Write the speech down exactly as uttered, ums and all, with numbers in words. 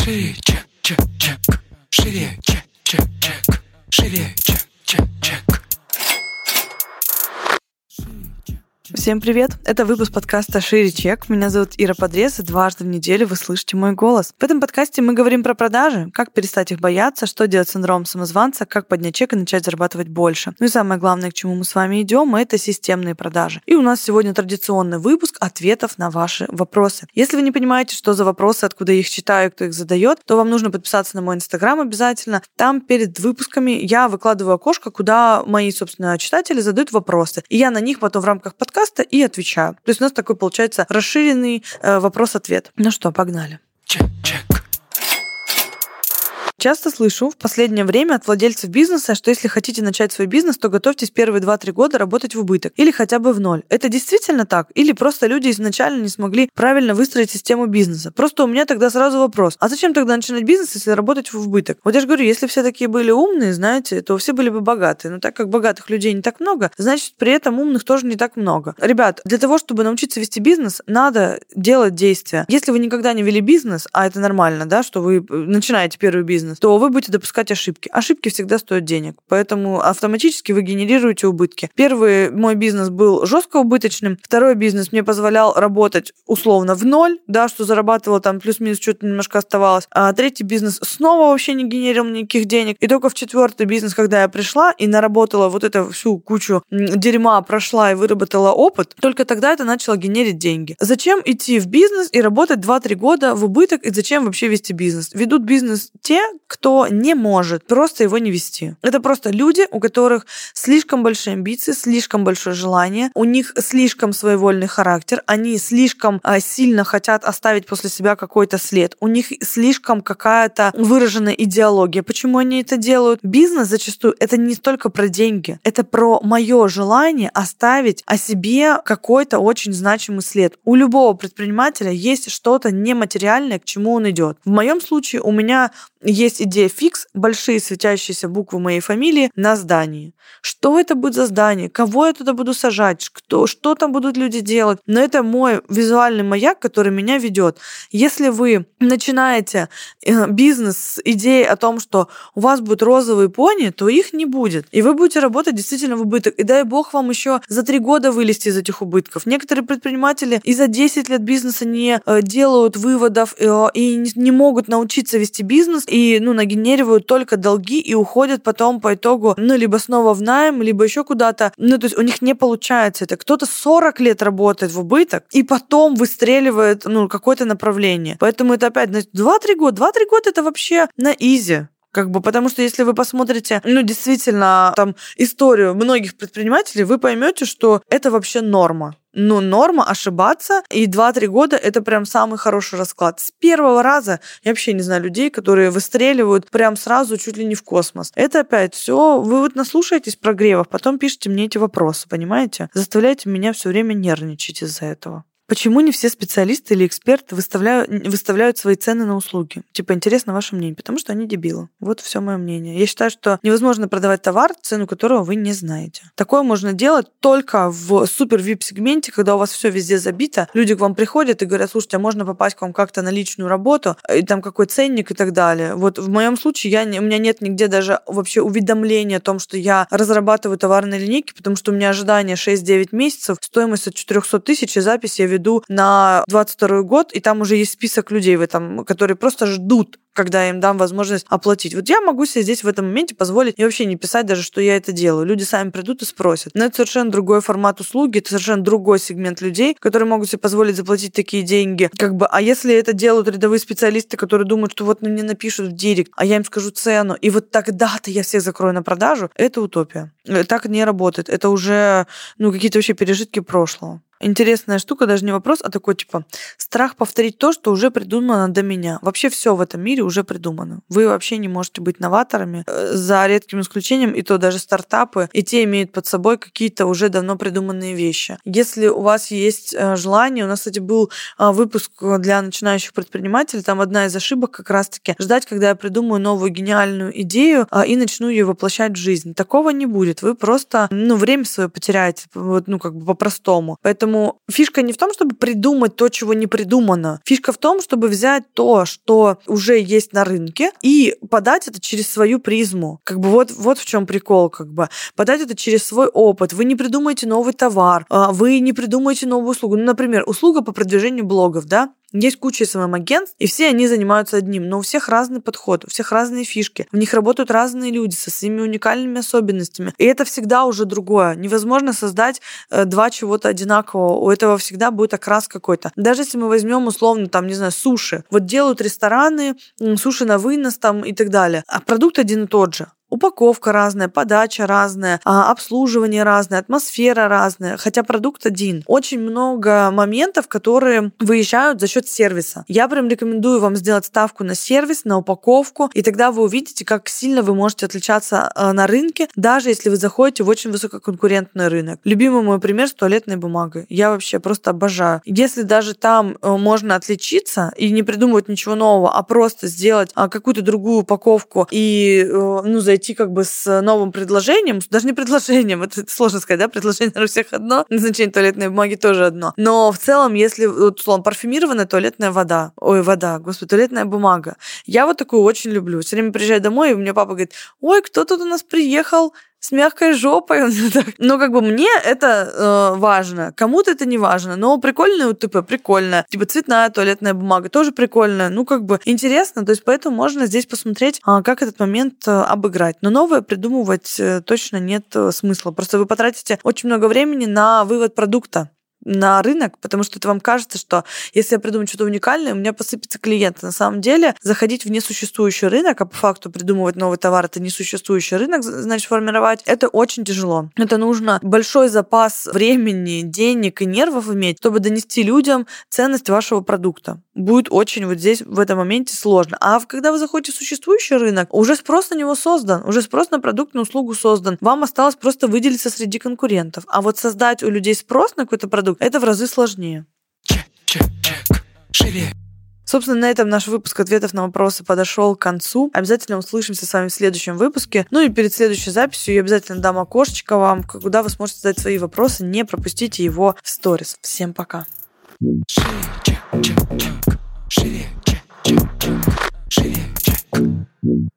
Шире, чек, чек, чек. Шире, чек, чек, чек. Шире, чек, чек, чек. Всем привет! Это выпуск подкаста «Шире чек». Меня зовут Ира Подрез, и дважды в неделю вы слышите мой голос. В этом подкасте мы говорим про продажи, как перестать их бояться, что делать с синдромом самозванца, как поднять чек и начать зарабатывать больше. Ну и самое главное, к чему мы с вами идем, это системные продажи. И у нас сегодня традиционный выпуск ответов на ваши вопросы. Если вы не понимаете, что за вопросы, откуда я их читаю, кто их задает, то вам нужно подписаться на мой инстаграм обязательно. Там перед выпусками я выкладываю окошко, куда мои, собственно, читатели задают вопросы. И я на них потом в рамках подкаста и отвечаю. То есть у нас такой получается расширенный э, вопрос-ответ. Ну что, погнали. Чек, чек. Часто слышу в последнее время от владельцев бизнеса, что если хотите начать свой бизнес, то готовьтесь первые два-три года работать в убыток или хотя бы в ноль. Это действительно так? Или просто люди изначально не смогли правильно выстроить систему бизнеса? Просто у меня тогда сразу вопрос. А зачем тогда начинать бизнес, если работать в убыток? Вот я же говорю, если все такие были умные, знаете, то все были бы богатые. Но так как богатых людей не так много, значит, при этом умных тоже не так много. Ребят, для того, чтобы научиться вести бизнес, надо делать действия. Если вы никогда не вели бизнес, а это нормально, да, что вы начинаете первый бизнес, то вы будете допускать ошибки. Ошибки всегда стоят денег, поэтому автоматически вы генерируете убытки. Первый мой бизнес был жестко убыточным, второй бизнес мне позволял работать условно в ноль, да, что зарабатывал там плюс-минус что-то немножко оставалось, а третий бизнес снова вообще не генерировал никаких денег, и только в четвертый бизнес, когда я пришла и наработала вот эту всю кучу дерьма, прошла и выработала опыт, только тогда это начало генерить деньги. Зачем идти в бизнес и работать два-три года в убыток, и зачем вообще вести бизнес? Ведут бизнес те, кто не может просто его не вести. Это просто люди, у которых слишком большие амбиции, слишком большое желание, у них слишком своевольный характер, они слишком сильно хотят оставить после себя какой-то след, у них слишком какая-то выраженная идеология. Почему они это делают? Бизнес зачастую это не столько про деньги, это про мое желание оставить о себе какой-то очень значимый след. У любого предпринимателя есть что-то нематериальное, к чему он идет. В моем случае у меня есть идея фикс, большие светящиеся буквы моей фамилии на здании. Что это будет за здание? Кого я туда буду сажать? Кто, что там будут люди делать? Но это мой визуальный маяк, который меня ведет. Если вы начинаете бизнес с идеей о том, что у вас будут розовые пони, то их не будет. И вы будете работать действительно в убыток. И дай бог вам еще за три года вылезти из этих убытков. Некоторые предприниматели и за десять лет бизнеса не делают выводов и не могут научиться вести бизнес, и ну, нагенеривают только долги и уходят потом по итогу, ну, либо снова в найм, либо еще куда-то. Ну, то есть у них не получается это. Кто-то сорок лет работает в убыток и потом выстреливает, ну, какое-то направление. Поэтому это опять, значит, два-три года. два-три года это вообще на изи. Как бы, потому что если вы посмотрите, ну, действительно, там, историю многих предпринимателей, вы поймете, что это вообще норма. Ну, норма ошибаться, и два-три года это прям самый хороший расклад. С первого раза я вообще не знаю людей, которые выстреливают прям сразу чуть ли не в космос. Это опять все. Вы вот наслушаетесь прогревов, потом пишите мне эти вопросы, понимаете? Заставляете меня все время нервничать из-за этого. Почему не все специалисты или эксперты выставляют, выставляют свои цены на услуги? Типа, интересно ваше мнение. Потому что они дебилы. Вот все мое мнение. Я считаю, что невозможно продавать товар, цену которого вы не знаете. Такое можно делать только в супер-ви ай пи-сегменте, когда у вас все везде забито. Люди к вам приходят и говорят, слушайте, а можно попасть к вам как-то на личную работу, и там какой ценник и так далее. Вот в моем случае я, у меня нет нигде даже вообще уведомления о том, что я разрабатываю товарные линейки, потому что у меня ожидание шесть-девять месяцев, стоимость от четыреста тысяч, и запись я веду веду на двадцать второй год, и там уже есть список людей в этом, которые просто ждут, когда я им дам возможность оплатить. Вот я могу себе здесь в этом моменте позволить и вообще не писать даже, что я это делаю. Люди сами придут и спросят. Но это совершенно другой формат услуги, это совершенно другой сегмент людей, которые могут себе позволить заплатить такие деньги. Как бы, а если это делают рядовые специалисты, которые думают, что вот мне напишут в директ, а я им скажу цену, и вот тогда-то я всех закрою на продажу, это утопия. Так не работает. Это уже ну, какие-то вообще пережитки прошлого. Интересная штука, даже не вопрос, а такой типа страх повторить то, что уже придумано до меня. Вообще все в этом мире уже придумано. Вы вообще не можете быть новаторами, за редким исключением, и то даже стартапы, и те имеют под собой какие-то уже давно придуманные вещи. Если у вас есть желание, у нас, кстати, был выпуск для начинающих предпринимателей, там одна из ошибок как раз-таки ждать, когда я придумаю новую гениальную идею и начну ее воплощать в жизнь. Такого не будет. Вы просто ну, время свое потеряете, вот, ну, как бы по-простому. Поэтому Поэтому фишка не в том, чтобы придумать то, чего не придумано. Фишка в том, чтобы взять то, что уже есть есть на рынке, и подать это через свою призму. Как бы вот, вот в чем прикол, как бы. Подать это через свой опыт. Вы не придумаете новый товар, вы не придумаете новую услугу. Ну, например, услуга по продвижению блогов, да? Есть куча эс эм эм-агентств, и все они занимаются одним, но у всех разный подход, у всех разные фишки, в них работают разные люди со своими уникальными особенностями, и это всегда уже другое. Невозможно создать э, два чего-то одинакового, у этого всегда будет окрас какой-то. Даже если мы возьмем условно, там, не знаю, суши, вот делают рестораны, суши на вынос там и так далее, а продукт один и тот же. Упаковка разная, подача разная, обслуживание разное, атмосфера разная, хотя продукт один. Очень много моментов, которые выезжают за счет сервиса. Я прям рекомендую вам сделать ставку на сервис, на упаковку, и тогда вы увидите, как сильно вы можете отличаться на рынке, даже если вы заходите в очень высококонкурентный рынок. Любимый мой пример с туалетной бумагой. Я вообще просто обожаю. Если даже там можно отличиться и не придумывать ничего нового, а просто сделать какую-то другую упаковку и, ну, зайти идти как бы с новым предложением, даже не предложением, это сложно сказать, да, предложение у всех одно, назначение туалетной бумаги тоже одно. Но в целом, если, вот, условно, парфюмированная туалетная вода, ой, вода, господи, туалетная бумага, я вот такую очень люблю. Все время приезжаю домой, и у меня папа говорит, ой, кто тут у нас приехал с мягкой жопой. Ну, как бы мне это э, важно, кому-то это не важно, но прикольное УТП, прикольно. Типа цветная туалетная бумага тоже прикольная. Ну, как бы интересно, то есть поэтому можно здесь посмотреть, а, как этот момент а, обыграть. Но новое придумывать а, точно нет а, смысла. Просто вы потратите очень много времени на вывод продукта на рынок, потому что это вам кажется, что если я придумаю что-то уникальное, у меня посыпятся клиенты. На самом деле, заходить в несуществующий рынок, а по факту придумывать новый товар, это несуществующий рынок, значит, формировать, это очень тяжело. Это нужно большой запас времени, денег и нервов иметь, чтобы донести людям ценность вашего продукта. Будет очень вот здесь в этом моменте сложно. А когда вы заходите в существующий рынок, уже спрос на него создан, уже спрос на продукт, на услугу создан. Вам осталось просто выделиться среди конкурентов. А вот создать у людей спрос на какой-то продукт, это в разы сложнее. Чек, чек, чек. Живее. Собственно, на этом наш выпуск ответов на вопросы подошел к концу. Обязательно услышимся с вами в следующем выпуске. Ну и перед следующей записью я обязательно дам окошечко вам, куда вы сможете задать свои вопросы. Не пропустите его в сторис. Всем пока. Живее, чек, чек, чек. Живее, чек, чек, чек. Живее, чек.